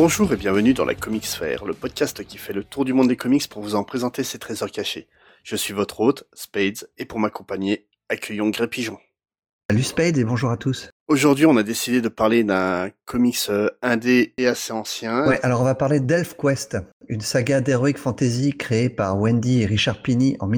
Bonjour et bienvenue dans la Comics Sphere, le podcast qui fait le tour du monde des comics pour vous en présenter ses trésors cachés. Je suis votre hôte, Spades, et pour m'accompagner, accueillons Grey Pigeon. Salut Spade et bonjour à tous. Aujourd'hui, on a décidé de parler d'un comics indé et assez ancien. Ouais, alors on va parler d'ElfQuest, une saga d'heroic fantasy créée par Wendy et Richard Pini en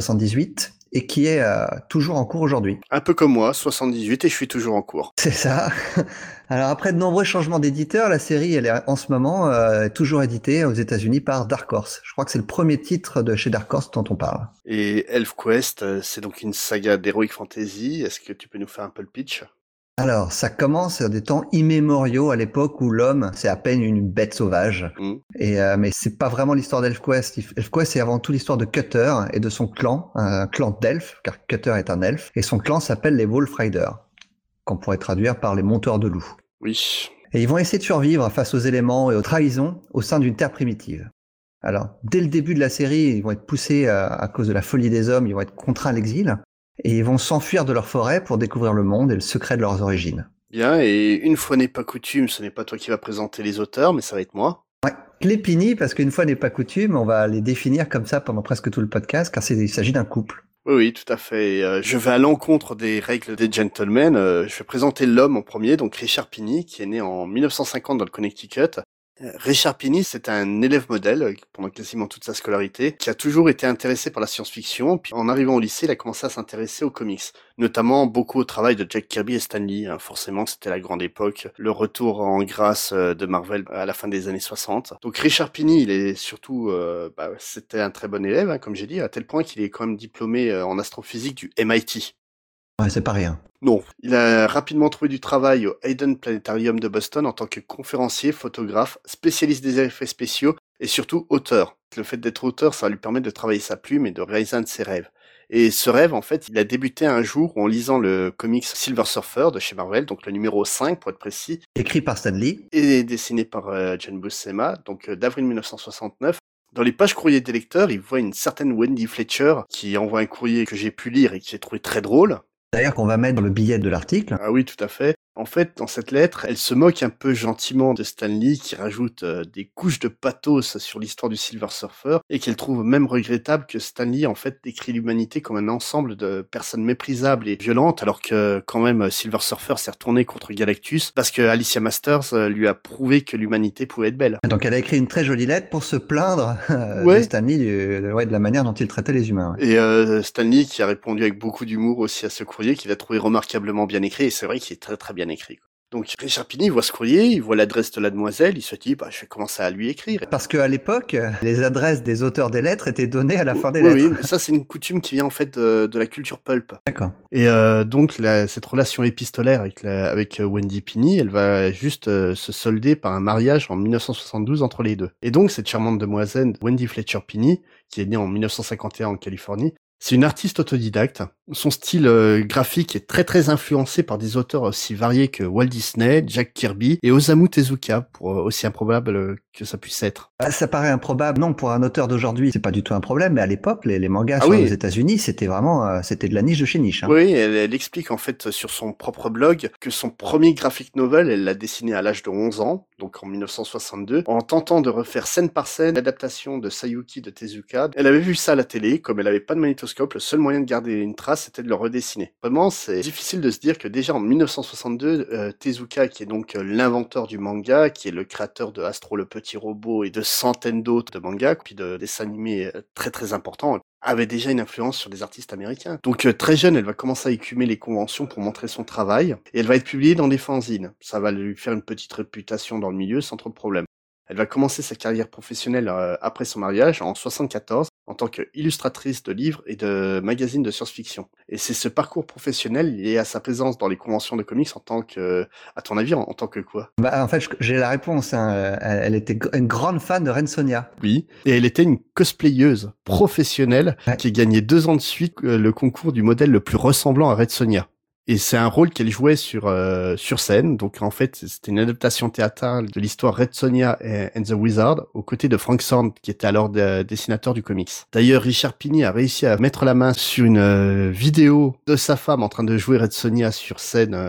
1978 et qui est toujours en cours aujourd'hui. Un peu comme moi, 78, et je suis toujours en cours. C'est ça. Alors après de nombreux changements d'éditeur, la série elle est en ce moment toujours éditée aux États-Unis par Dark Horse. Je crois que c'est le premier titre de chez Dark Horse dont on parle. Et ElfQuest, c'est donc une saga d'heroic fantasy. Est-ce que tu peux nous faire un peu le pitch ? Alors, ça commence à des temps immémoriaux, à l'époque où l'homme, c'est à peine une bête sauvage. Mais c'est pas vraiment l'histoire d'ElfQuest. ElfQuest, c'est avant tout l'histoire de Cutter et de son clan, un clan d'elfes, car Cutter est un elfe. Et son clan s'appelle les Wolf Riders, qu'on pourrait traduire par les monteurs de loups. Oui. Et ils vont essayer de survivre face aux éléments et aux trahisons au sein d'une terre primitive. Alors, dès le début de la série, ils vont être poussés à cause de la folie des hommes, ils vont être contraints à l'exil. Et ils vont s'enfuir de leur forêt pour découvrir le monde et le secret de leurs origines. Bien, et une fois n'est pas coutume, ce n'est pas toi qui vas présenter les auteurs, mais ça va être moi. Ouais, les Pini, parce qu'une fois n'est pas coutume, on va les définir comme ça pendant presque tout le podcast, car il s'agit d'un couple. Oui, tout à fait. Je vais à l'encontre des règles des gentlemen. Je vais présenter l'homme en premier, donc Richard Pini, qui est né en 1950 dans le Connecticut. Richard Pini, c'est un élève modèle pendant quasiment toute sa scolarité, qui a toujours été intéressé par la science-fiction. Puis en arrivant au lycée, il a commencé à s'intéresser aux comics, notamment beaucoup au travail de Jack Kirby et Stan Lee. Forcément, c'était la grande époque, le retour en grâce de Marvel à la fin des années 60. Donc Richard Pini, il est surtout, c'était un très bon élève, comme j'ai dit, à tel point qu'il est quand même diplômé en astrophysique du MIT. Ouais, c'est pas rien. Non, il a rapidement trouvé du travail au Hayden Planetarium de Boston en tant que conférencier, photographe, spécialiste des effets spéciaux et surtout auteur. Le fait d'être auteur, ça va lui permettre de travailler sa plume et de réaliser un de ses rêves. Et ce rêve, en fait, il a débuté un jour en lisant le comics Silver Surfer de chez Marvel, donc le numéro 5 pour être précis. Écrit par Stan Lee. Et dessiné par John Buscema, donc d'avril 1969. Dans les pages courriers des lecteurs, il voit une certaine Wendy Fletcher qui envoie un courrier que j'ai pu lire et que j'ai trouvé très drôle. D'ailleurs, qu'on va mettre dans le billet de l'article. Ah oui, tout à fait. En fait, dans cette lettre, elle se moque un peu gentiment de Stan Lee, qui rajoute des couches de pathos sur l'histoire du Silver Surfer, et qu'elle trouve même regrettable que Stan Lee, en fait, décrit l'humanité comme un ensemble de personnes méprisables et violentes, alors que, quand même, Silver Surfer s'est retourné contre Galactus, parce que Alicia Masters lui a prouvé que l'humanité pouvait être belle. Donc elle a écrit une très jolie lettre pour se plaindre Ouais. de Stan Lee, de la manière dont il traitait les humains. Ouais. Et Stan Lee qui a répondu avec beaucoup d'humour aussi à ce courrier, qu'il a trouvé remarquablement bien écrit, et c'est vrai qu'il est très très bien écrit. Donc Richard Pini voit ce courrier, il voit l'adresse de la demoiselle, il se dit je vais commencer à lui écrire. Parce qu'à l'époque, les adresses des auteurs des lettres étaient données à la fin des lettres. Oui, mais ça c'est une coutume qui vient en fait de la culture pulp. D'accord. Et donc cette relation épistolaire avec Wendy Pini, elle va juste se solder par un mariage en 1972 entre les deux. Et donc cette charmante demoiselle Wendy Fletcher Pini, qui est née en 1951 en Californie, c'est une artiste autodidacte. Son style graphique est très très influencé par des auteurs aussi variés que Walt Disney, Jack Kirby et Osamu Tezuka, pour aussi improbable que ça puisse être. Ça paraît improbable, non, pour un auteur d'aujourd'hui, c'est pas du tout un problème, mais à l'époque, les mangas sur les États-Unis, c'était vraiment, c'était de la niche de chez niche. Hein. Oui, elle explique en fait sur son propre blog que son premier graphic novel, elle l'a dessiné à l'âge de 11 ans, donc en 1962, en tentant de refaire scène par scène l'adaptation de Sayuki de Tezuka. Elle avait vu ça à la télé, comme elle avait pas de magnétoscope, le seul moyen de garder une trace, c'était de le redessiner. Vraiment, c'est difficile de se dire que déjà en 1962, Tezuka, qui est donc l'inventeur du manga, qui est le créateur de Astro le petit robot et de centaines d'autres de mangas, puis de dessins animés très très importants, avait déjà une influence sur des artistes américains. Donc très jeune, elle va commencer à écumer les conventions pour montrer son travail, et elle va être publiée dans des fanzines. Ça va lui faire une petite réputation dans le milieu sans trop de problèmes. Elle va commencer sa carrière professionnelle après son mariage en 1974 en tant qu'illustratrice de livres et de magazines de science-fiction. Et c'est ce parcours professionnel lié à sa présence dans les conventions de comics en tant que, à ton avis, en tant que quoi ? En fait, j'ai la réponse. Hein. Elle était une grande fan de Ren Sonja. Oui, et elle était une cosplayeuse professionnelle qui a gagné 2 ans de suite le concours du modèle le plus ressemblant à Red Sonja. Et c'est un rôle qu'elle jouait sur scène. Donc en fait, c'était une adaptation théâtrale de l'histoire Red Sonja and the Wizard, aux côtés de Frank Zorn, qui était alors dessinateur du comics. D'ailleurs, Richard Pini a réussi à mettre la main sur une vidéo de sa femme en train de jouer Red Sonja sur scène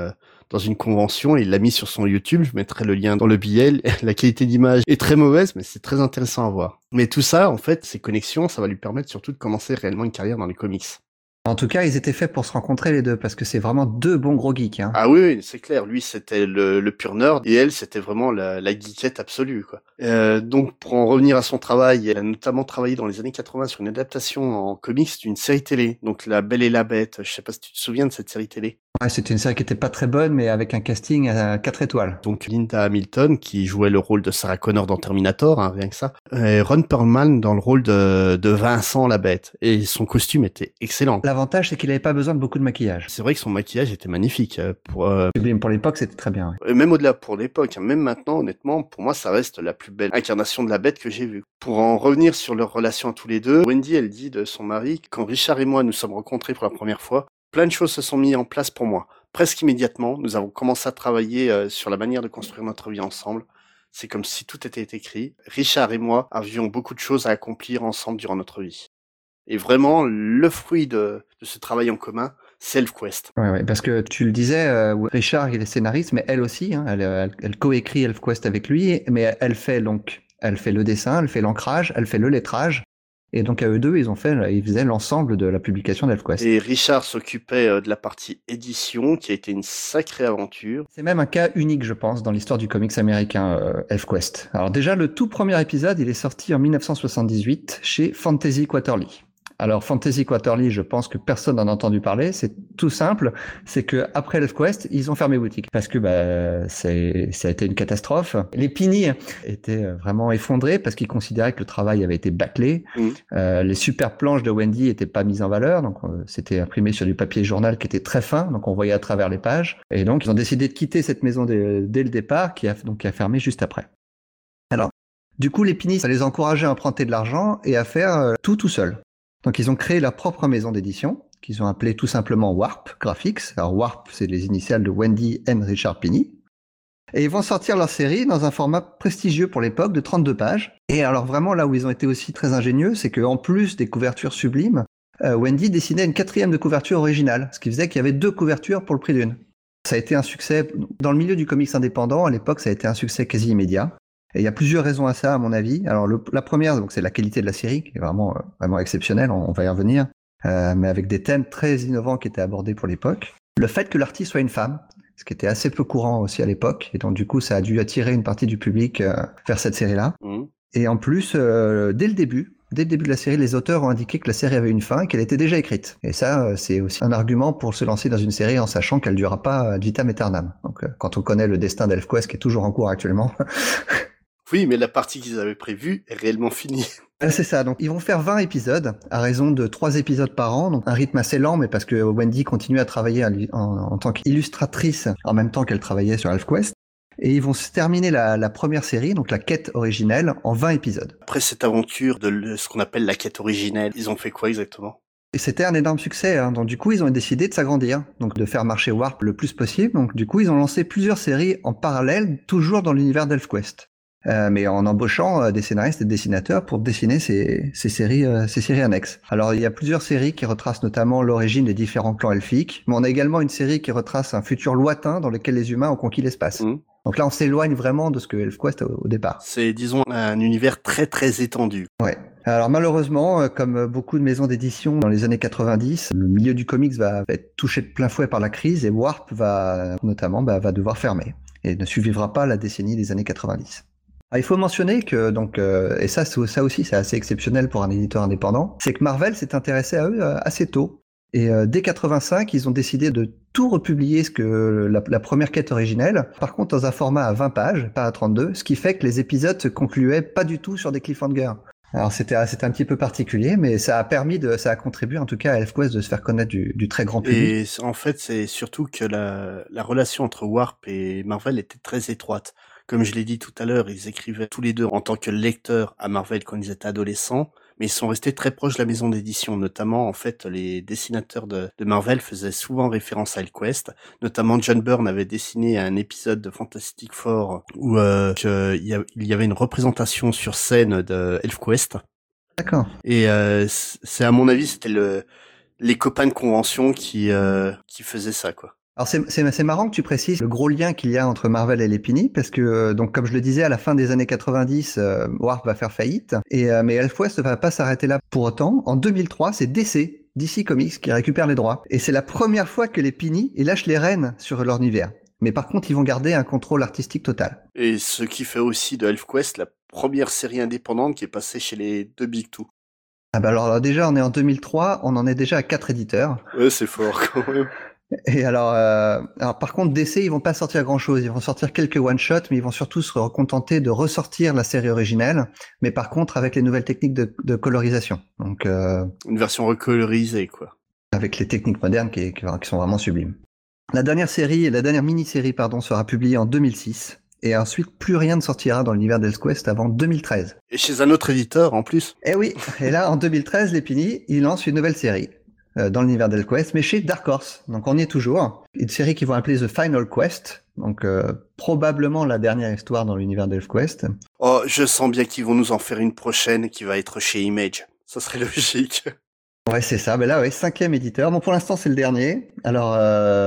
dans une convention et il l'a mis sur son YouTube. Je mettrai le lien dans le billet. La qualité d'image est très mauvaise, mais c'est très intéressant à voir. Mais tout ça, en fait, ces connexions, ça va lui permettre surtout de commencer réellement une carrière dans les comics. En tout cas, ils étaient faits pour se rencontrer les deux, parce que c'est vraiment deux bons gros geeks. Hein. Ah oui, c'est clair. Lui, c'était le pur nerd, et elle, c'était vraiment la geekette absolue, quoi. Donc, pour en revenir à son travail, elle a notamment travaillé dans les années 80 sur une adaptation en comics d'une série télé, donc La Belle et la Bête. Je sais pas si tu te souviens de cette série télé. Ouais, c'était une série qui était pas très bonne, mais avec un casting à 4 étoiles. Donc Linda Hamilton, qui jouait le rôle de Sarah Connor dans Terminator, hein, rien que ça. Et Ron Perlman dans le rôle de Vincent la Bête. Et son costume était excellent. L'avantage, c'est qu'il avait pas besoin de beaucoup de maquillage. C'est vrai que son maquillage était magnifique. Sublime pour l'époque, c'était très bien. Ouais. Même au-delà pour l'époque, hein, même maintenant, honnêtement, pour moi, ça reste la plus belle incarnation de la Bête que j'ai vue. Pour en revenir sur leur relation à tous les deux, Wendy, elle dit de son mari, quand Richard et moi nous sommes rencontrés pour la première fois, plein de choses se sont mises en place pour moi. Presque immédiatement, nous avons commencé à travailler sur la manière de construire notre vie ensemble. C'est comme si tout était écrit. Richard et moi avions beaucoup de choses à accomplir ensemble durant notre vie. Et vraiment, le fruit de ce travail en commun, c'est ElfQuest. Ouais, parce que tu le disais, Richard, il est scénariste, mais elle aussi, hein, elle coécrit ElfQuest avec lui, mais elle fait le dessin, elle fait l'ancrage, elle fait le lettrage. Et donc à eux deux, ils faisaient l'ensemble de la publication d'ElfQuest. Et Richard s'occupait de la partie édition, qui a été une sacrée aventure. C'est même un cas unique, je pense, dans l'histoire du comics américain, ElfQuest. Alors déjà, le tout premier épisode, il est sorti en 1978 chez Fantasy Quarterly. Alors Fantasy Quarterly, je pense que personne n'en a entendu parler. C'est tout simple, c'est que après ElfQuest, ils ont fermé boutique parce que ça a été une catastrophe. Les Pini étaient vraiment effondrés parce qu'ils considéraient que le travail avait été bâclé. Les super planches de Wendy étaient pas mises en valeur, donc c'était imprimé sur du papier journal qui était très fin, donc on voyait à travers les pages. Et donc ils ont décidé de quitter cette maison dès le départ, qui a fermé juste après. Alors, du coup, les Pini, ça les encourageait à emprunter de l'argent et à faire tout seul. Donc ils ont créé leur propre maison d'édition, qu'ils ont appelée tout simplement Warp Graphics. Alors Warp, c'est les initiales de Wendy and Richard Pini. Et ils vont sortir leur série dans un format prestigieux pour l'époque de 32 pages. Et alors vraiment là où ils ont été aussi très ingénieux, c'est qu'en plus des couvertures sublimes, Wendy dessinait une 4e de couverture originale, ce qui faisait qu'il y avait 2 couvertures pour le prix d'une. Ça a été un succès, dans le milieu du comics indépendant, à l'époque ça a été un succès quasi immédiat. Et il y a plusieurs raisons à ça, à mon avis. Alors, la première, donc, c'est la qualité de la série, qui est vraiment exceptionnelle, on va y revenir, mais avec des thèmes très innovants qui étaient abordés pour l'époque. Le fait que l'artiste soit une femme, ce qui était assez peu courant aussi à l'époque, et donc du coup, ça a dû attirer une partie du public vers cette série-là. Et en plus, dès le début de la série, les auteurs ont indiqué que la série avait une fin et qu'elle était déjà écrite. Et ça, c'est aussi un argument pour se lancer dans une série en sachant qu'elle ne durera pas ad vitam aeternam. Donc, quand on connaît le destin d'ElfQuest, qui est toujours en cours actuellement... Oui, mais la partie qu'ils avaient prévue est réellement finie. C'est ça, donc ils vont faire 20 épisodes, à raison de 3 épisodes par an, donc un rythme assez lent, mais parce que Wendy continue à travailler en tant qu'illustratrice en même temps qu'elle travaillait sur ElfQuest. Et ils vont se terminer la première série, donc la quête originelle, en 20 épisodes. Après cette aventure de ce qu'on appelle la quête originelle, ils ont fait quoi exactement ? Et c'était un énorme succès, hein. Donc du coup ils ont décidé de s'agrandir, donc de faire marcher Warp le plus possible. Donc du coup ils ont lancé plusieurs séries en parallèle, toujours dans l'univers d'ElfQuest. Mais en embauchant des scénaristes et des dessinateurs pour dessiner ces séries annexes. Alors il y a plusieurs séries qui retracent notamment l'origine des différents clans elfiques, mais on a également une série qui retrace un futur lointain dans lequel les humains ont conquis l'espace. Donc là on s'éloigne vraiment de ce que ElfQuest au départ. C'est, disons, un univers très très étendu. Ouais. Alors malheureusement, comme beaucoup de maisons d'édition dans les années 90, le milieu du comics va être touché de plein fouet par la crise et Warp va devoir fermer et ne survivra pas à la décennie des années 90. Il faut mentionner que, donc, et ça aussi c'est assez exceptionnel pour un éditeur indépendant, c'est que Marvel s'est intéressé à eux assez tôt. Et dès 85, ils ont décidé de tout republier, ce que la première quête originelle, par contre dans un format à 20 pages, pas à 32, ce qui fait que les épisodes se concluaient pas du tout sur des cliffhangers. Alors c'était un petit peu particulier, mais ça a contribué en tout cas à ElfQuest de se faire connaître du très grand public. Et en fait, c'est surtout que la relation entre Warp et Marvel était très étroite. Comme je l'ai dit tout à l'heure, ils écrivaient tous les deux en tant que lecteurs à Marvel quand ils étaient adolescents, mais ils sont restés très proches de la maison d'édition. Notamment, en fait, les dessinateurs de Marvel faisaient souvent référence à ElfQuest. Notamment, John Byrne avait dessiné un épisode de Fantastic Four où il y avait une représentation sur scène de ElfQuest. D'accord. Et c'est à mon avis, c'était les copains de convention qui faisaient ça, quoi. Alors c'est marrant que tu précises le gros lien qu'il y a entre Marvel et Lépini, parce que donc comme je le disais, à la fin des années 90, Warp va faire faillite, mais ElfQuest ne va pas s'arrêter là pour autant. En 2003, c'est DC Comics qui récupère les droits, et c'est la première fois que Lépini lâche les rênes sur leur univers. Mais par contre, ils vont garder un contrôle artistique total. Et ce qui fait aussi de ElfQuest la première série indépendante qui est passée chez les deux Big Two. Ah bah alors déjà, on est en 2003, on en est déjà à 4 éditeurs. Ouais, c'est fort quand même. Et alors par contre, DC, ils vont pas sortir grand-chose. Ils vont sortir quelques one-shots, mais ils vont surtout se contenter de ressortir la série originelle, mais par contre avec les nouvelles techniques de colorisation. Donc une version recolorisée, quoi. Avec les techniques modernes qui sont vraiment sublimes. La dernière mini-série, pardon, sera publiée en 2006. Et ensuite, plus rien ne sortira dans l'univers d'ElfQuest avant 2013. Et chez un autre éditeur, en plus. Eh oui. Et là, en 2013, Lépini, il lance une nouvelle série dans l'univers d'ElfQuest, mais chez Dark Horse. Donc, on y est toujours. Une série qu'ils vont appeler The Final Quest. Donc, probablement la dernière histoire dans l'univers d'ElfQuest. Oh, je sens bien qu'ils vont nous en faire une prochaine qui va être chez Image. Ça serait logique. Ouais, c'est ça. Ben là, ouais, 5e éditeur. Bon, pour l'instant, c'est le dernier. Alors,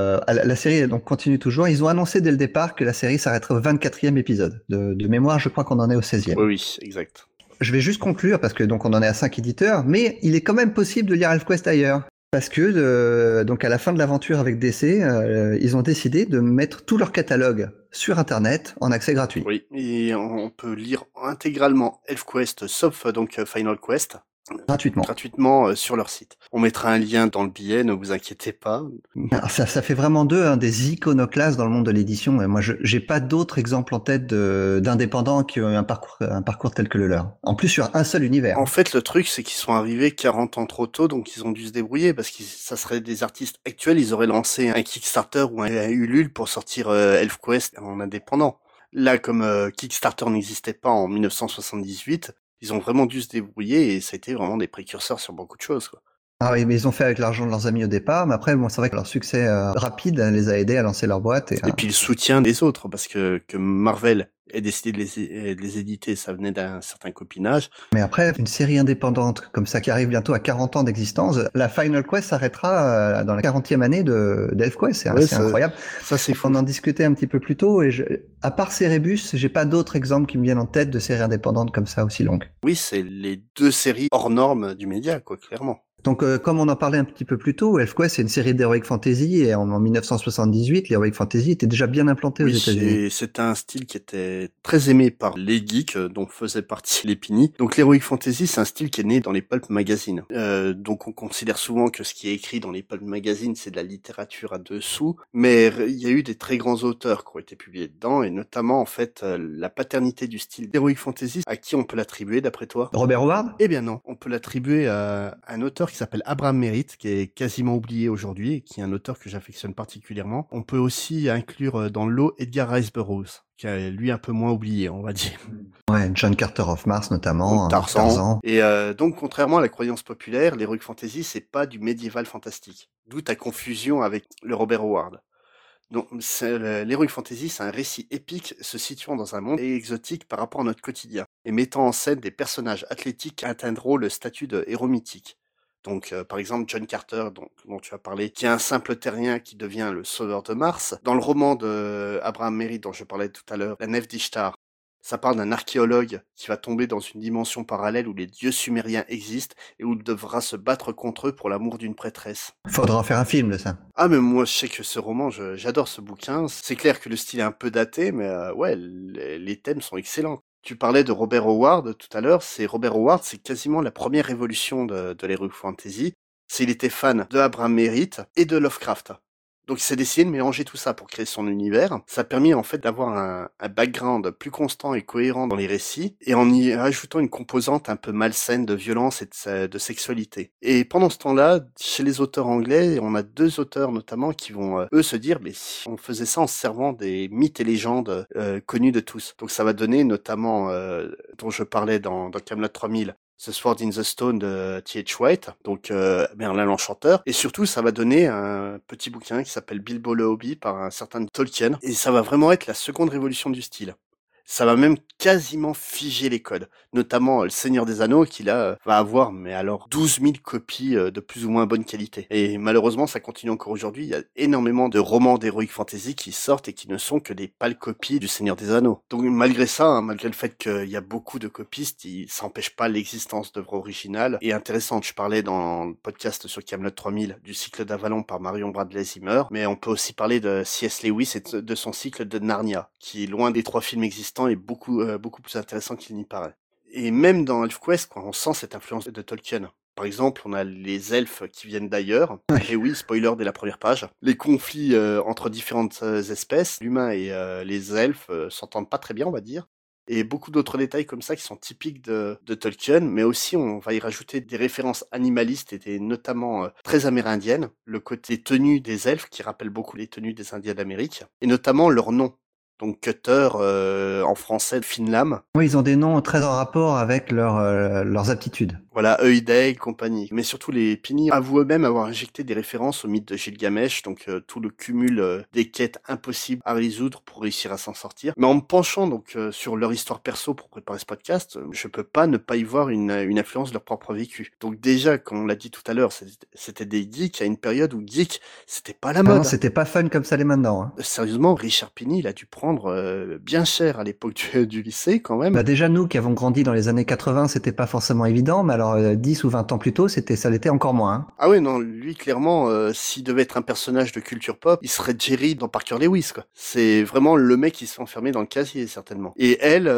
la série donc continue toujours. Ils ont annoncé dès le départ que la série s'arrêterait au 24e épisode. De mémoire, je crois qu'on en est au 16e. Oui, exact. Je vais juste conclure parce que donc on en est à 5 éditeurs, mais il est quand même possible de lire ElfQuest ailleurs. Parce que donc à la fin de l'aventure avec DC, ils ont décidé de mettre tout leur catalogue sur Internet en accès gratuit. Oui, et on peut lire intégralement ElfQuest sauf donc Final Quest. Gratuitement sur leur site. On mettra un lien dans le billet, ne vous inquiétez pas. Alors ça fait vraiment d'eux des iconoclastes dans le monde de l'édition. Et moi, j'ai pas d'autres exemples en tête d'indépendants qui ont eu un parcours tel que le leur. En plus, sur un seul univers. En fait, le truc, c'est qu'ils sont arrivés 40 ans trop tôt, donc ils ont dû se débrouiller, parce que ça serait des artistes actuels, ils auraient lancé un Kickstarter ou un Ulule pour sortir ElfQuest en indépendant. Là, comme Kickstarter n'existait pas en 1978, ils ont vraiment dû se débrouiller et ça a été vraiment des précurseurs sur beaucoup de choses, quoi. Ah oui, mais ils ont fait avec l'argent de leurs amis au départ, mais après, bon, c'est vrai que leur succès rapide les a aidés à lancer leur boîte. Et puis le soutien des autres, parce que Marvel ait décidé de les éditer, ça venait d'un certain copinage. Mais après, une série indépendante comme ça qui arrive bientôt à 40 ans d'existence, la Final Quest s'arrêtera dans la 40e année d'ElfQuest. C'est incroyable. Ça, c'est fou. On en discutait un petit peu plus tôt, et à part Cerebus, j'ai pas d'autres exemples qui me viennent en tête de séries indépendantes comme ça aussi longues. Oui, c'est les deux séries hors normes du média, quoi, clairement. Donc, comme on en parlait un petit peu plus tôt, ElfQuest, c'est une série d'Heroic Fantasy, et en 1978, l'Heroic Fantasy était déjà bien implanté aux États-Unis. Et c'était un style qui était très aimé par les geeks, dont faisait partie Lépini. Donc, l'Heroic Fantasy, c'est un style qui est né dans les pulp magazines. Donc, on considère souvent que ce qui est écrit dans les pulp magazines, c'est de la littérature à dessous, mais il y a eu des très grands auteurs qui ont été publiés dedans, et notamment, en fait, la paternité du style d'Heroic Fantasy, à qui on peut l'attribuer, d'après toi? Robert Howard? Eh bien non, on peut l'attribuer à un auteur qui s'appelle Abraham Merritt, qui est quasiment oublié aujourd'hui, et qui est un auteur que j'affectionne particulièrement. On peut aussi inclure dans le lot Edgar Rice Burroughs, qui est lui un peu moins oublié, on va dire. Ouais, John Carter of Mars notamment, Tarzan. Et donc, contrairement à la croyance populaire, l'Heroic Fantasy, c'est pas du médiéval fantastique. D'où ta confusion avec le Robert Howard. Donc, l'Heroic Fantasy, c'est un récit épique se situant dans un monde exotique par rapport à notre quotidien, et mettant en scène des personnages athlétiques qui atteindront le statut de héros mythique. Donc, par exemple, John Carter, dont tu as parlé, qui est un simple terrien qui devient le sauveur de Mars. Dans le roman de Abraham Merritt, dont je parlais tout à l'heure, La Nef d'Ishtar, ça parle d'un archéologue qui va tomber dans une dimension parallèle où les dieux sumériens existent et où il devra se battre contre eux pour l'amour d'une prêtresse. Faudra en faire un film de ça. Ah, mais moi, je sais que ce roman, j'adore ce bouquin. C'est clair que le style est un peu daté, mais ouais, les thèmes sont excellents. Tu parlais de Robert Howard tout à l'heure. Robert Howard, c'est quasiment la première révolution de l'Heroic Fantasy. Il était fan de Abraham Merritt et de Lovecraft. Donc il s'est décidé de mélanger tout ça pour créer son univers. Ça a permis en fait d'avoir un background plus constant et cohérent dans les récits, et en y rajoutant une composante un peu malsaine de violence et de sexualité. Et pendant ce temps-là, chez les auteurs anglais, on a deux auteurs notamment qui vont eux se dire, mais si on faisait ça en se servant des mythes et légendes connus de tous. Donc ça va donner notamment, dont je parlais dans Camelot 3000, The Sword in the Stone de T.H. White, donc Merlin l'Enchanteur, et surtout ça va donner un petit bouquin qui s'appelle Bilbo le Hobbit par un certain Tolkien, et ça va vraiment être la seconde révolution du style. Ça va même quasiment figer les codes, notamment le Seigneur des Anneaux qui là va avoir mais alors 12 000 copies de plus ou moins bonne qualité. Et malheureusement ça continue encore aujourd'hui, il y a énormément de romans d'heroic fantasy qui sortent et qui ne sont que des pâles copies du Seigneur des Anneaux. Donc malgré ça, hein, malgré le fait qu'il y a beaucoup de copistes, ça n'empêche pas l'existence d'œuvres originales et intéressantes. Je parlais dans le podcast sur Camelot 3000 du cycle d'Avalon par Marion Bradley Zimmer, mais on peut aussi parler de C.S. Lewis et de son cycle de Narnia, qui loin des 3 films existants est beaucoup plus intéressant qu'il n'y paraît. Et même dans ElfQuest, on sent cette influence de Tolkien. Par exemple, on a les elfes qui viennent d'ailleurs. Oui. Et oui, spoiler dès la première page. Les conflits entre différentes espèces, l'humain et les elfes s'entendent pas très bien, on va dire. Et beaucoup d'autres détails comme ça qui sont typiques de Tolkien, mais aussi on va y rajouter des références animalistes et notamment très amérindiennes, le côté tenues des elfes qui rappelle beaucoup les tenues des Indiens d'Amérique, et notamment leur nom. Donc Cutter, en français, Finlam. Oui, ils ont des noms très en rapport avec leurs aptitudes. Voilà, Euidale, compagnie. Mais surtout, les Pini avouent eux-mêmes avoir injecté des références au mythe de Gilgamesh, donc tout le cumul des quêtes impossibles à résoudre pour réussir à s'en sortir. Mais en me penchant donc sur leur histoire perso pour préparer ce podcast, je peux pas ne pas y voir une influence de leur propre vécu. Donc déjà, comme on l'a dit tout à l'heure, c'était des geeks à une période où geek, c'était pas la mode. Non, c'était pas fun comme ça les maintenant. Hein. Sérieusement, Richard Pini, il a dû prendre bien cher à l'époque du lycée quand même. Bah déjà, nous qui avons grandi dans les années 80, c'était pas forcément évident, mais alors 10 ou 20 ans plus tôt, ça l'était encore moins. Hein. Ah oui, non, lui, clairement, s'il devait être un personnage de culture pop, il serait Jerry dans Parker Lewis, quoi. C'est vraiment le mec qui s'est enfermé dans le casier, certainement. Et elle,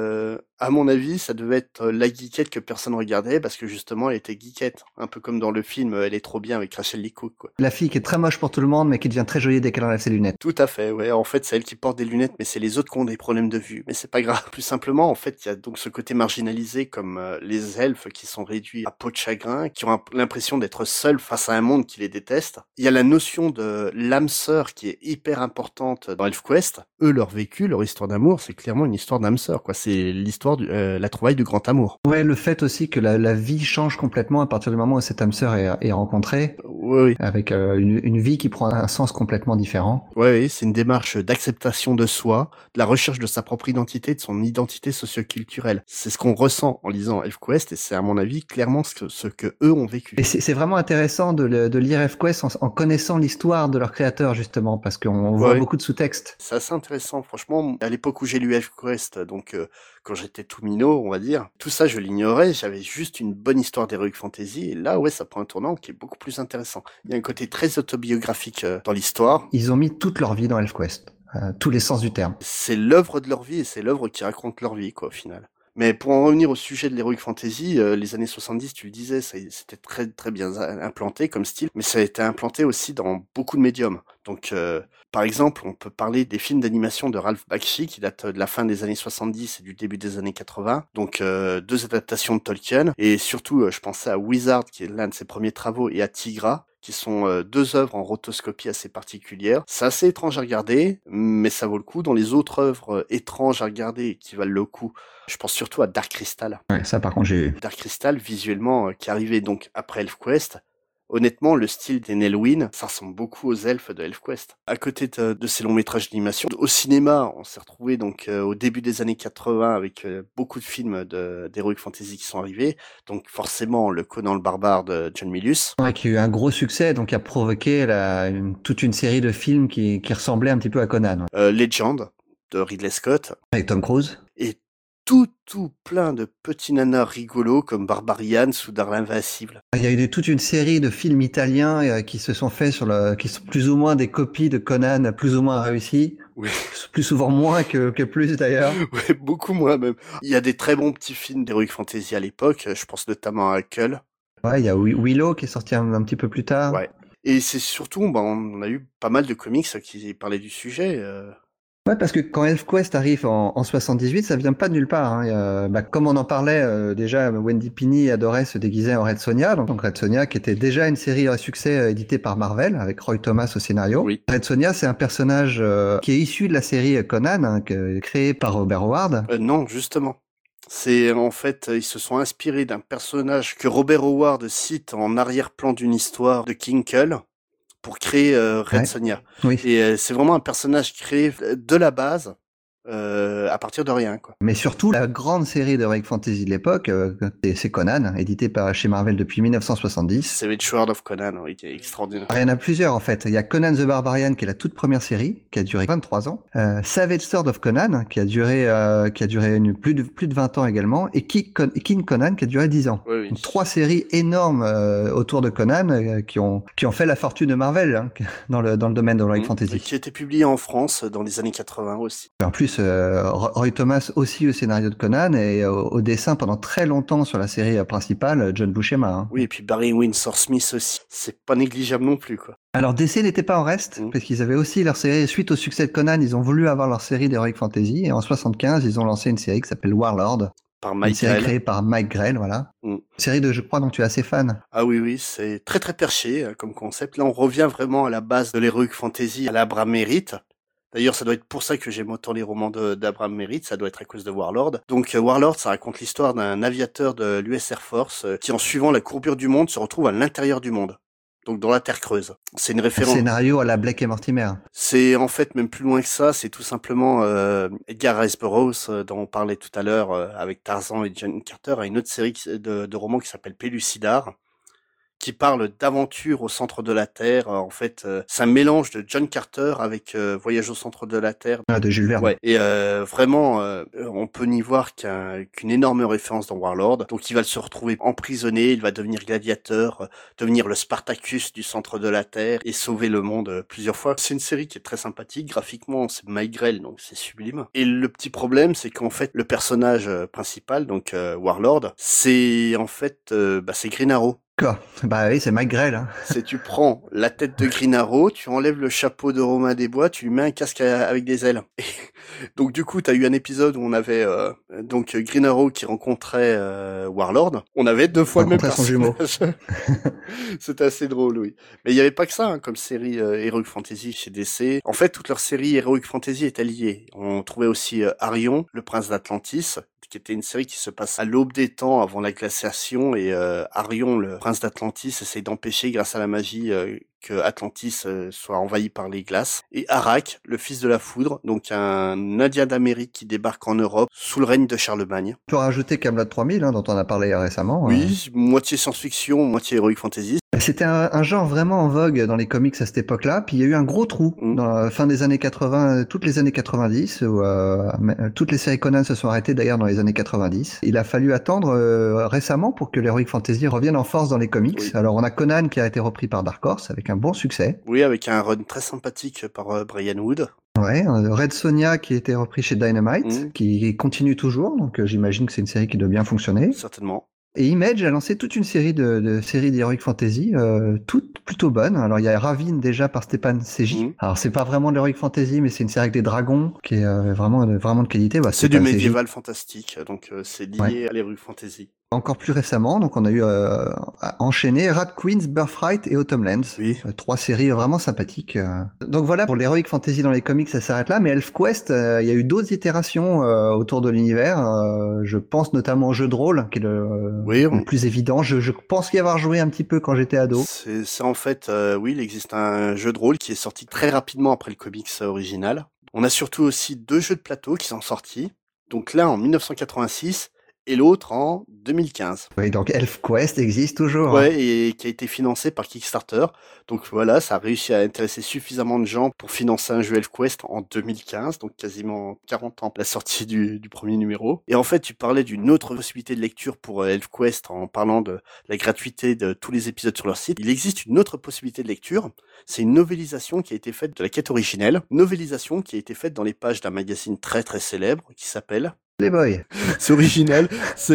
à mon avis, ça devait être la geekette que personne regardait, parce que justement, elle était geekette. Un peu comme dans le film Elle est trop bien avec Rachel Lee Cook, quoi. La fille qui est très moche pour tout le monde, mais qui devient très jolie dès qu'elle enlève ses lunettes. Tout à fait, ouais. En fait, c'est elle qui porte des lunettes, mais c'est les autres qui ont des problèmes de vue. Mais c'est pas grave. Plus simplement, en fait, il y a donc ce côté marginalisé comme les elfes qui sont réduits à peau de chagrin, qui ont l'impression d'être seuls face à un monde qui les déteste. Il y a la notion de l'âme sœur qui est hyper importante dans ElfQuest. Eux, leur vécu, leur histoire d'amour, c'est clairement une histoire d'âme sœur, quoi. C'est l'histoire la trouvaille du grand amour. Ouais, le fait aussi que la vie change complètement à partir du moment où cette âme sœur est rencontrée. Oui. Avec une vie qui prend un sens complètement différent. Oui, c'est une démarche d'acceptation de soi, de la recherche de sa propre identité, de son identité socioculturelle. C'est ce qu'on ressent en lisant ElfQuest et c'est à mon avis clairement ce que eux ont vécu. Et c'est vraiment intéressant de lire ElfQuest en connaissant l'histoire de leur créateur justement, parce qu'on voit beaucoup de sous-textes. C'est assez intéressant, franchement. À l'époque où j'ai lu ElfQuest, donc quand j'étais tout minot, on va dire, tout ça je l'ignorais, j'avais juste une bonne histoire d'heroic fantasy, et là ouais ça prend un tournant qui est beaucoup plus intéressant. Il y a un côté très autobiographique dans l'histoire. Ils ont mis toute leur vie dans ElfQuest, tous les sens du terme. C'est l'œuvre de leur vie et c'est l'œuvre qui raconte leur vie quoi au final. Mais pour en revenir au sujet de l'heroic fantasy, les années 70, tu le disais, c'était très très bien implanté comme style, mais ça a été implanté aussi dans beaucoup de médiums. Donc, par exemple, on peut parler des films d'animation de Ralph Bakshi qui datent de la fin des années 70 et du début des années 80. Donc, 2 adaptations de Tolkien et surtout, je pensais à Wizard qui est l'un de ses premiers travaux et à Tigra, qui sont 2 œuvres en rotoscopie assez particulières. C'est assez étrange à regarder, mais ça vaut le coup. Dans les autres œuvres étranges à regarder et qui valent le coup, je pense surtout à Dark Crystal. Ouais, ça par contre j'ai eu. Dark Crystal, visuellement, qui arrivait donc après ElfQuest. Honnêtement, le style des Nelwyn, ça ressemble beaucoup aux elfes de ElfQuest. À côté de ces longs métrages d'animation, au cinéma, on s'est retrouvé donc au début des années 80 avec beaucoup de films d'heroic fantasy qui sont arrivés. Donc forcément, le Conan le barbare de John Milius. Ouais, qui a eu un gros succès, donc qui a provoqué toute une série de films qui ressemblaient un petit peu à Conan. Legend de Ridley Scott. Avec Tom Cruise. Et tout plein de petits nanars rigolos comme Barbarian ou Dar l'Invincible. Il y a eu toute une série de films italiens qui se sont faits qui sont plus ou moins des copies de Conan, plus ou moins réussis. Oui. Plus souvent moins que plus d'ailleurs. Oui, beaucoup moins même. Il y a des très bons petits films d'heroic fantasy à l'époque, je pense notamment à Huckle. Ouais, il y a Willow qui est sorti un petit peu plus tard. Ouais. Et c'est surtout, on a eu pas mal de comics qui parlaient du sujet. Ouais, parce que quand ElfQuest arrive en 78, ça vient pas de nulle part. Hein. Comme on en parlait déjà, Wendy Pini adorait se déguiser en Red Sonja. Donc Red Sonja, qui était déjà une série à succès éditée par Marvel, avec Roy Thomas au scénario. Oui. Red Sonja, c'est un personnage qui est issu de la série Conan, créée par Robert Howard. Non, justement. C'est en fait, ils se sont inspirés d'un personnage que Robert Howard cite en arrière-plan d'une histoire de King Kull pour créer Red Sonja. Oui. Et c'est vraiment un personnage créé de la base à partir de rien, quoi. Mais surtout, la grande série d'Heroic Fantasy de l'époque, c'est Conan, édité chez Marvel depuis 1970. Savage Sword of Conan, oui, qui est extraordinaire. Il y en a plusieurs en fait. Il y a Conan the Barbarian qui est la toute première série, qui a duré 23 ans. Savage Sword of Conan qui a duré plus de 20 ans également, et King Conan qui a duré 10 ans. Oui. Donc, 3 séries énormes autour de Conan qui ont fait la fortune de Marvel hein, dans le domaine de l'Heroic Fantasy. Qui a été publié en France dans les années 80 aussi. En plus, Roy Thomas aussi au scénario de Conan et au dessin pendant très longtemps sur la série principale, John Buscema. Hein. Oui, et puis Barry Windsor Smith aussi. C'est pas négligeable non plus, quoi. Alors DC n'était pas en reste, parce qu'ils avaient aussi leur série, suite au succès de Conan, ils ont voulu avoir leur série d'Heroic Fantasy, et en 75, ils ont lancé une série qui s'appelle Warlord. Par Mike Grell. Série créée par Mike Grell, voilà. Une série je crois, dont tu es assez fan. Ah oui, c'est très très perché comme concept. Là, on revient vraiment à la base de l'Heroic Fantasy, à l'Abraham Merritt. D'ailleurs, ça doit être pour ça que j'aime autant les romans d'Abraham Merritt, ça doit être à cause de Warlord. Donc Warlord, ça raconte l'histoire d'un aviateur de l'US Air Force qui, en suivant la courbure du monde, se retrouve à l'intérieur du monde. Donc dans la Terre creuse. C'est une référence. Un scénario à la Blake et Mortimer. C'est en fait même plus loin que ça, c'est tout simplement Edgar Rice Burroughs dont on parlait tout à l'heure avec Tarzan et John Carter, à une autre série de romans qui s'appelle Pellucidar, qui parle d'aventure au centre de la Terre. En fait, c'est un mélange de John Carter avec Voyage au centre de la Terre. De Jules Verne. Ouais. Et vraiment, on peut n'y voir qu'une énorme référence dans Warlord. Donc il va se retrouver emprisonné, il va devenir gladiateur, devenir le Spartacus du centre de la Terre et sauver le monde plusieurs fois. C'est une série qui est très sympathique. Graphiquement, c'est Mike Grell, donc c'est sublime. Et le petit problème, c'est qu'en fait, le personnage principal, donc Warlord, c'est en fait, c'est Green Arrow. Quoi? Bah oui, c'est Mike Grell. Hein. C'est tu prends la tête de Green Arrow, tu enlèves le chapeau de Romain Desbois, tu lui mets un casque avec des ailes. Et donc du coup, t'as eu un épisode où on avait donc Green Arrow qui rencontrait Warlord. On avait 2 fois le même personnage. C'était assez drôle, oui. Mais il y avait pas que ça hein, comme série Heroic Fantasy chez DC. En fait, toute leur série Heroic Fantasy est liée. On trouvait aussi Arion, le prince d'Atlantis, qui était une série qui se passe à l'aube des temps avant la glaciation, et Arion, le prince d'Atlantis, essaie d'empêcher grâce à la magie que Atlantis soit envahi par les glaces. Et Arak, le fils de la foudre, donc un Indien d'Amérique qui débarque en Europe sous le règne de Charlemagne. Tu as rajouté Camelot 3000, hein, dont on a parlé récemment. Oui, moitié science-fiction, moitié heroic fantasy. C'était un genre vraiment en vogue dans les comics à cette époque-là, puis il y a eu un gros trou dans la fin des années 80, toutes les années 90, où toutes les séries Conan se sont arrêtées d'ailleurs dans les années 90. Il a fallu attendre récemment pour que l'Heroic Fantasy revienne en force dans les comics. Oui. Alors on a Conan qui a été repris par Dark Horse avec un bon succès. Oui, avec un run très sympathique par Brian Wood. Ouais, Red Sonja qui a été repris chez Dynamite, qui continue toujours, donc j'imagine que c'est une série qui doit bien fonctionner. Certainement. Et Image a lancé toute une série de séries d'Heroic Fantasy, toutes plutôt bonnes. Alors il y a Ravine déjà par Stéphane Seji. Alors c'est pas vraiment de l'Heroic Fantasy, mais c'est une série avec des dragons qui est vraiment de qualité. Bah, c'est du médiéval fantastique, donc c'est lié à l'Heroic Fantasy. Encore plus récemment, donc on a eu enchaîné Rat Queens, Birthright et Autumnlands. Oui. 3 séries vraiment sympathiques. Donc voilà, pour l'Heroic Fantasy dans les comics, ça s'arrête là. Mais ElfQuest, il y a eu d'autres itérations autour de l'univers. Je pense notamment au jeu de rôle, qui est le plus évident. Je pense y avoir joué un petit peu quand j'étais ado. C'est en fait, oui, il existe un jeu de rôle qui est sorti très rapidement après le comics original. On a surtout aussi 2 jeux de plateau qui sont sortis. Donc là, en 1986, et l'autre en 2015. Oui, donc ElfQuest existe toujours. Ouais, hein. Et qui a été financé par Kickstarter. Donc voilà, ça a réussi à intéresser suffisamment de gens pour financer un jeu ElfQuest en 2015, donc quasiment 40 ans après la sortie du premier numéro. Et en fait, tu parlais d'une autre possibilité de lecture pour ElfQuest en parlant de la gratuité de tous les épisodes sur leur site. Il existe une autre possibilité de lecture, c'est une novélisation qui a été faite de la quête originelle, novélisation qui a été faite dans les pages d'un magazine très très célèbre qui s'appelle Playboy. C'est original,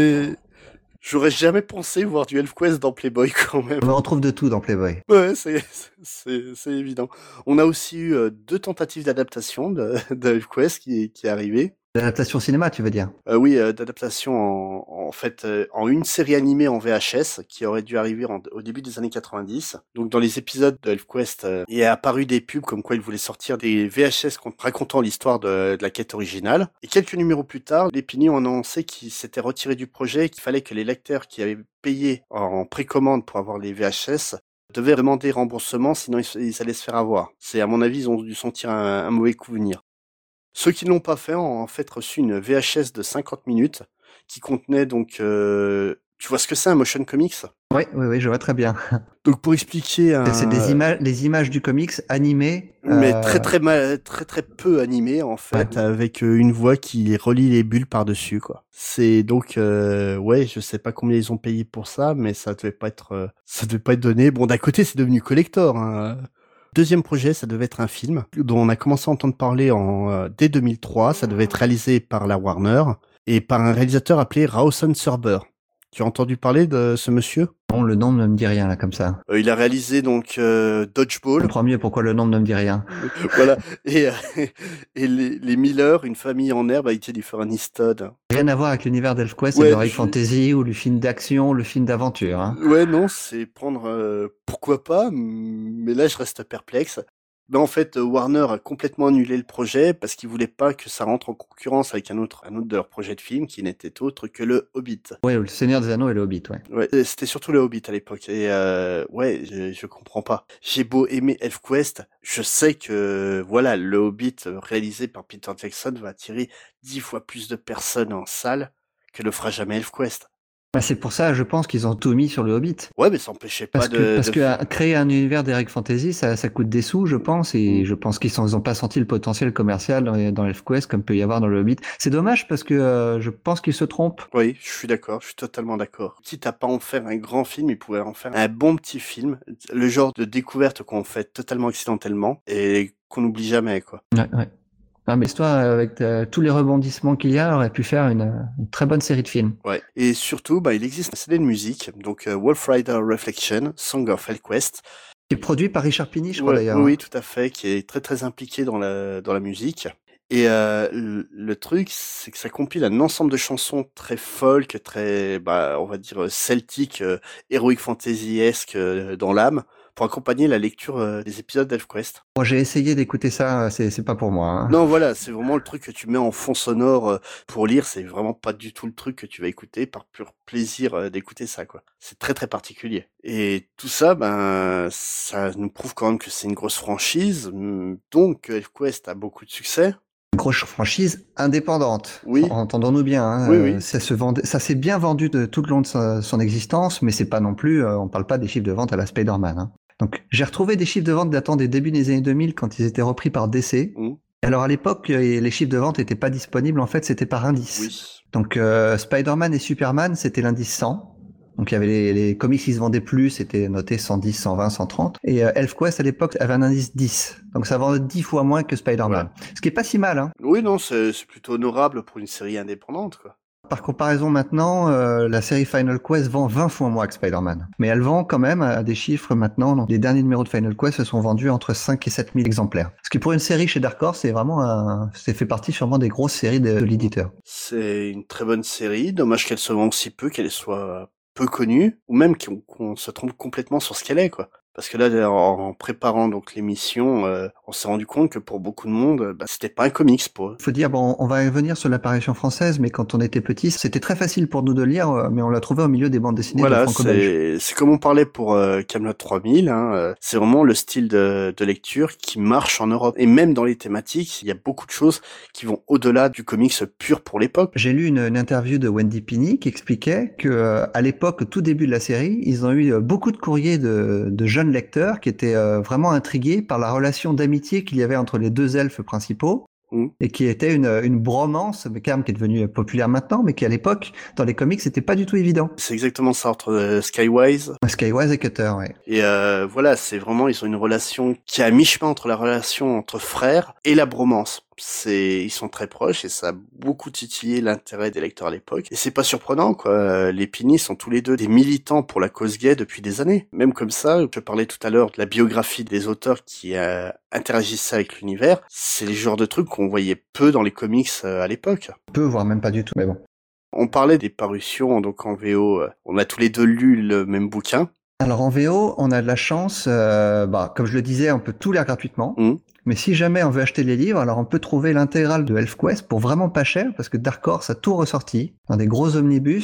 j'aurais jamais pensé voir du ElfQuest dans Playboy quand même. On retrouve de tout dans Playboy. Ouais, c'est évident. On a aussi eu 2 tentatives d'adaptation de ElfQuest qui est arrivé. D'adaptation cinéma, tu veux dire? Oui, d'adaptation en fait en une série animée en VHS qui aurait dû arriver au début des années 90. Donc dans les épisodes de ElfQuest, il est apparu des pubs comme quoi ils voulaient sortir des VHS racontant l'histoire de la quête originale. Et quelques numéros plus tard, les Pignons ont annoncé qu'ils s'étaient retirés du projet et qu'il fallait que les lecteurs qui avaient payé en précommande pour avoir les VHS devaient demander remboursement, sinon ils allaient se faire avoir. À mon avis, ils ont dû sentir un mauvais coup venir. Ceux qui ne l'ont pas fait ont en fait reçu une VHS de 50 minutes qui contenait donc... tu vois ce que c'est un motion comics? Oui, je vois très bien. Donc pour expliquer C'est les images du comics animées. Mais très très peu animé en fait, avec une voix qui relie les bulles par-dessus quoi. C'est donc ouais, je sais pas combien ils ont payé pour ça, mais ça devait pas être donné. Bon, d'un côté, c'est devenu collector, hein. Deuxième projet, ça devait être un film dont on a commencé à entendre parler dès 2003. Ça devait être réalisé par la Warner et par un réalisateur appelé Rawson Serber. Tu as entendu parler de ce monsieur? Non, le nom ne me dit rien là comme ça. Il a réalisé donc Dodgeball. Je comprends mieux pourquoi le nom ne me dit rien. Voilà. Et les Miller, une famille en herbe, avec Jennifer Aniston. Rien à voir avec l'univers d'ElfQuest et d'Heroic Fantasy ou le film d'action, le film d'aventure. Hein. Ouais, non, c'est prendre pourquoi pas, mais là je reste perplexe. Ben en fait, Warner a complètement annulé le projet parce qu'ils voulaient pas que ça rentre en concurrence avec un autre de leurs projets de film qui n'était autre que le Hobbit. Ouais, le Seigneur des Anneaux et le Hobbit, ouais. Ouais, c'était surtout le Hobbit à l'époque et ouais, je comprends pas. J'ai beau aimer ElfQuest, je sais que voilà, le Hobbit réalisé par Peter Jackson va attirer 10 fois plus de personnes en salle que ne fera jamais ElfQuest. Bah c'est pour ça, je pense qu'ils ont tout mis sur le Hobbit. Ouais, mais ça empêchait pas parce que créer un univers d'Heroic Fantasy, ça coûte des sous, je pense, et je pense qu'ils ont pas senti le potentiel commercial dans ElfQuest comme peut y avoir dans le Hobbit. C'est dommage parce que je pense qu'ils se trompent. Oui, je suis d'accord, je suis totalement d'accord. Quitte à pas en faire un grand film, ils pourraient en faire un bon petit film, le genre de découverte qu'on fait totalement accidentellement et qu'on n'oublie jamais, quoi. Ouais. Non, mais l'histoire, avec tous les rebondissements qu'il y a, aurait pu faire une très bonne série de films. Ouais. Et surtout, il existe un CD de musique, donc Wolf Rider Reflection, Song of ElfQuest. Qui est produit par Richard Pini, je crois d'ailleurs. Oui, tout à fait, qui est très très impliqué dans la musique. Et le truc, c'est que ça compile un ensemble de chansons très folk, très, on va dire celtique, heroic fantasy-esque dans l'âme, pour accompagner la lecture des épisodes d'ElfQuest. Moi, j'ai essayé d'écouter ça, c'est pas pour moi. Hein. Non, voilà, c'est vraiment le truc que tu mets en fond sonore pour lire. C'est vraiment pas du tout le truc que tu vas écouter par pur plaisir d'écouter ça, quoi. C'est très très particulier. Et tout ça, ça nous prouve quand même que c'est une grosse franchise, donc ElfQuest a beaucoup de succès. Une grosse franchise indépendante. Oui. Entendons-nous bien. Hein. Oui. Ça s'est bien vendu tout le long de son existence, mais c'est pas non plus. On parle pas des chiffres de vente à la Spider-Man. Hein. Donc, j'ai retrouvé des chiffres de vente datant des débuts des années 2000 quand ils étaient repris par DC. Alors, à l'époque, les chiffres de vente n'étaient pas disponibles. En fait, c'était par indice. Oui. Donc, Spider-Man et Superman, c'était l'indice 100. Donc, il y avait les comics qui se vendaient plus, c'était noté 110, 120, 130. Et ElfQuest, à l'époque, avait un indice 10. Donc, ça vendait 10 fois moins que Spider-Man. Voilà. Ce qui est pas si mal, hein. Oui, non, c'est plutôt honorable pour une série indépendante, quoi. Par comparaison maintenant, la série Final Quest vend 20 fois moins que Spider-Man. Mais elle vend quand même à des chiffres maintenant. Donc les derniers numéros de Final Quest se sont vendus entre 5 et 7 000 exemplaires. Ce qui pour une série chez Dark Horse, c'est vraiment c'est fait partie sûrement des grosses séries de l'éditeur. C'est une très bonne série. Dommage qu'elle se vende si peu, qu'elle soit peu connue, ou même qu'on se trompe complètement sur ce qu'elle est, quoi. Parce que là, en préparant donc l'émission, on s'est rendu compte que pour beaucoup de monde, c'était pas un comics pour eux. Faut dire, bon, on va revenir sur l'apparition française, mais quand on était petit, c'était très facile pour nous de lire, mais on l'a trouvé au milieu des bandes dessinées de franco-belge. C'est comme on parlait pour Camelot 3000, hein, c'est vraiment le style de lecture qui marche en Europe. Et même dans les thématiques, il y a beaucoup de choses qui vont au-delà du comics pur pour l'époque. J'ai lu une interview de Wendy Pini qui expliquait que à l'époque, au tout début de la série, ils ont eu beaucoup de courriers de jeunes lecteurs qui étaient vraiment intrigués par la relation d'amitié qu'il y avait entre les deux elfes principaux. Et qui était une bromance, mais quand même qui est devenue populaire maintenant, mais qui à l'époque, dans les comics, c'était pas du tout évident. C'est exactement ça entre Skywise et Cutter, ouais. Et voilà, c'est vraiment, ils ont une relation qui est à mi-chemin entre la relation entre frères et la bromance. Ils sont très proches et ça a beaucoup titillé l'intérêt des lecteurs à l'époque. Et c'est pas surprenant, quoi. Les Pini sont tous les deux des militants pour la cause gay depuis des années. Même comme ça, je parlais tout à l'heure de la biographie des auteurs qui interagissaient avec l'univers. C'est le genre de trucs qu'on voyait peu dans les comics à l'époque. Peu, voire même pas du tout, mais bon. On parlait des parutions, donc en VO, on a tous les deux lu le même bouquin. Alors en VO, on a de la chance, comme je le disais, on peut tout lire gratuitement. Mais si jamais on veut acheter les livres, alors on peut trouver l'intégrale de ElfQuest pour vraiment pas cher, parce que Dark Horse a tout ressorti dans des gros omnibus,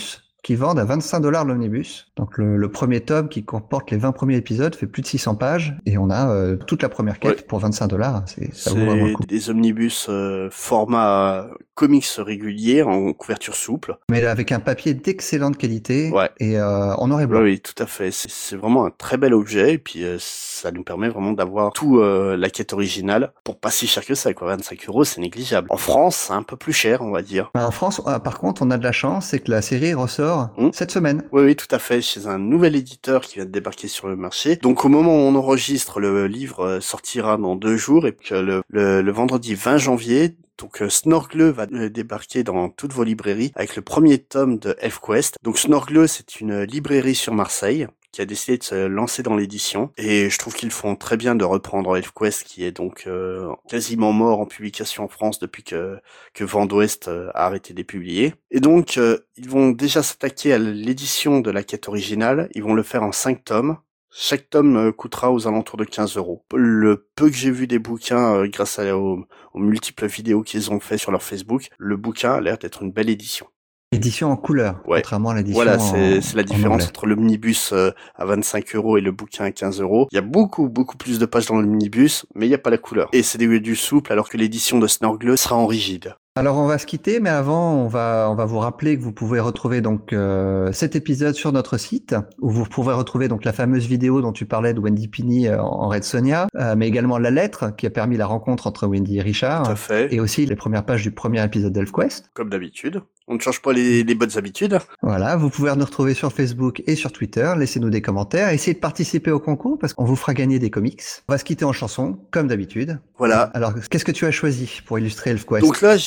qui vendent à 25$ l'omnibus. Donc le premier tome qui comporte les 20 premiers épisodes fait plus de 600 pages et on a toute la première quête pour 25$. Ça vaut vraiment le coup. Des omnibus format comics régulier en couverture souple. Mais avec un papier d'excellente qualité et en noir et blanc. Oui, tout à fait. C'est vraiment un très bel objet et puis ça nous permet vraiment d'avoir tout la quête originale pour pas si cher que ça, quoi. 25€, c'est négligeable. En France, c'est un peu plus cher, on va dire. En France, par contre, on a de la chance, c'est que la série ressort cette semaine. Oui, tout à fait, chez un nouvel éditeur qui vient de débarquer sur le marché. Donc au moment où on enregistre, le livre sortira dans 2 jours et que le vendredi 20 janvier, donc Snorgle va débarquer dans toutes vos librairies avec le premier tome de ElfQuest. Donc Snorgle, c'est une librairie sur Marseille qui a décidé de se lancer dans l'édition et je trouve qu'ils font très bien de reprendre ElfQuest qui est donc quasiment mort en publication en France depuis que Vent d'Ouest a arrêté de les publier. Et donc ils vont déjà s'attaquer à l'édition de la quête originale, ils vont le faire en 5 tomes. Chaque tome coûtera aux alentours de 15€. Le peu que j'ai vu des bouquins grâce aux multiples vidéos qu'ils ont fait sur leur Facebook, le bouquin a l'air d'être une belle édition. Édition en couleur, contrairement à l'édition Voilà, c'est la différence entre l'omnibus à 25€ et le bouquin à 15€. Il y a beaucoup plus de pages dans l'omnibus, mais il n'y a pas la couleur. Et c'est du souple, alors que l'édition de Snorgle sera en rigide. Alors on va se quitter, mais avant on va vous rappeler que vous pouvez retrouver donc cet épisode sur notre site où vous pouvez retrouver donc la fameuse vidéo dont tu parlais de Wendy Pini en Red Sonja, mais également la lettre qui a permis la rencontre entre Wendy et Richard. Tout à fait. Et aussi les premières pages du premier épisode d'ElfQuest. Comme d'habitude. On ne change pas les bonnes habitudes. Voilà, vous pouvez nous retrouver sur Facebook et sur Twitter. Laissez-nous des commentaires. Essayez de participer au concours parce qu'on vous fera gagner des comics. On va se quitter en chanson, comme d'habitude. Voilà. Alors, qu'est-ce que tu as choisi pour illustrer ElfQuest ? Donc là,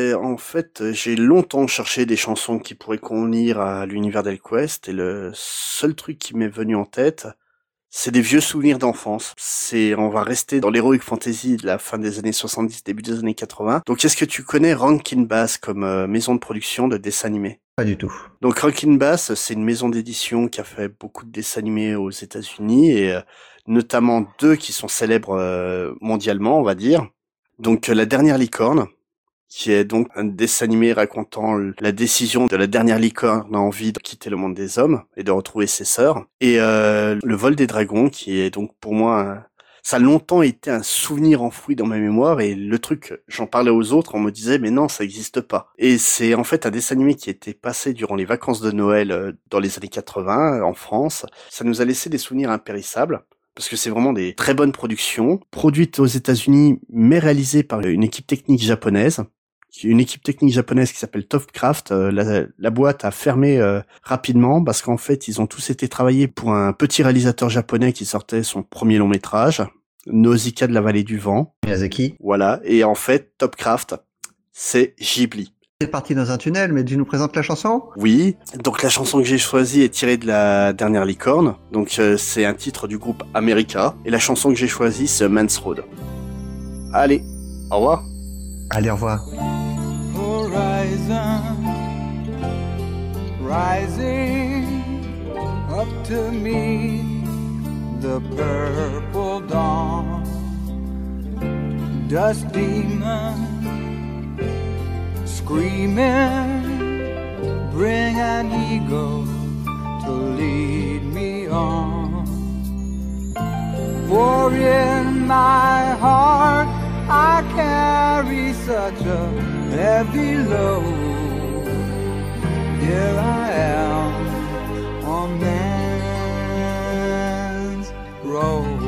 j'ai longtemps cherché des chansons qui pourraient convenir à l'univers d'ElfQuest et le seul truc qui m'est venu en tête, c'est des vieux souvenirs d'enfance. On va rester dans l'heroic fantasy de la fin des années 70, début des années 80. Donc, est-ce que tu connais Rankin Bass comme maison de production de dessins animés ? Pas du tout. Donc, Rankin Bass, c'est une maison d'édition qui a fait beaucoup de dessins animés aux États-Unis et notamment 2 qui sont célèbres mondialement, on va dire. Donc, La Dernière Licorne, qui est donc un dessin animé racontant la décision de la dernière licorne en vie de quitter le monde des hommes et de retrouver ses sœurs. Et Le Vol des Dragons, qui est donc pour moi, ça a longtemps été un souvenir enfoui dans ma mémoire et le truc, j'en parlais aux autres, on me disait mais non, ça n'existe pas. Et c'est en fait un dessin animé qui était passé durant les vacances de Noël dans les années 80 en France. Ça nous a laissé des souvenirs impérissables. Parce que c'est vraiment des très bonnes productions, produites aux États-Unis, mais réalisées par une équipe technique japonaise. Une équipe technique japonaise qui s'appelle Topcraft. La boîte a fermé rapidement parce qu'en fait, ils ont tous été travaillés pour un petit réalisateur japonais qui sortait son premier long métrage, Nausicaa de la vallée du vent. Miyazaki. Voilà. Et en fait, Topcraft, c'est Ghibli. C'est parti dans un tunnel, mais tu nous présentes la chanson ? Oui, donc la chanson que j'ai choisie est tirée de La Dernière Licorne. Donc c'est un titre du groupe America. Et la chanson que j'ai choisie, c'est Man's Road. Allez, au revoir. Allez, au revoir. Horizon, rising up to meet the purple dawn. Dust demon screaming, bring an eagle to lead me on. For in my heart I carry such a heavy load. Here I am on man's road,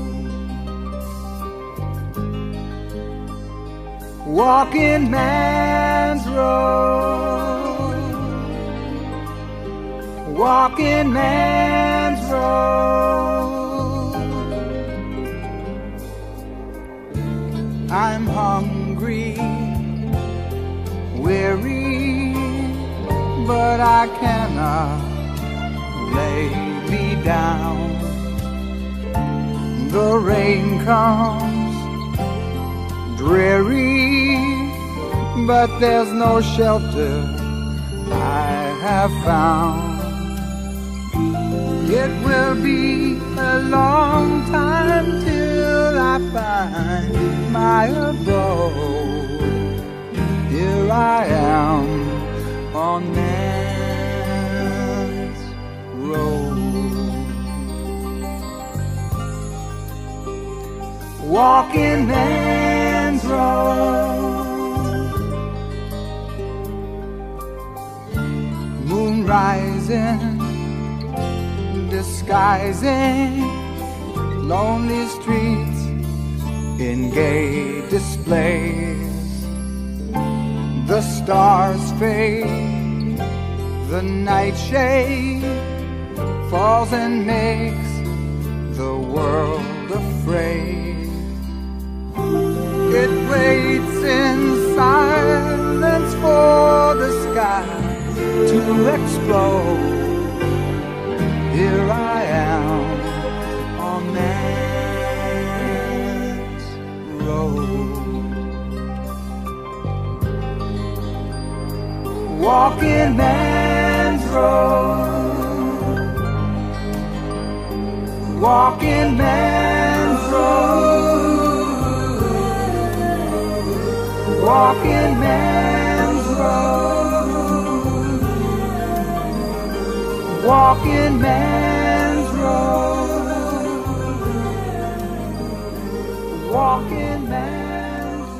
walking man's road, walking man's road. I'm hungry, weary, but I cannot lay me down. The rain comes dreary, but there's no shelter I have found. It will be a long time till I find my abode. Here I am on man's walking man's road. Moon rising, disguising lonely streets in gay displays. The stars fade, the nightshade falls and makes the world afraid. It waits in silence for the sky to explode. Here I am on man's road, walking man's road, walking man's road, walking man's road, walking man's road, walking man's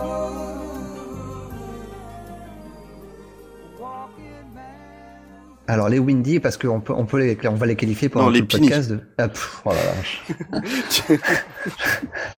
road, walking man's. Alors les Windy, parce qu'on peut, on va les qualifier pendant Non, tout les le podcast de... Ah, oh la vache.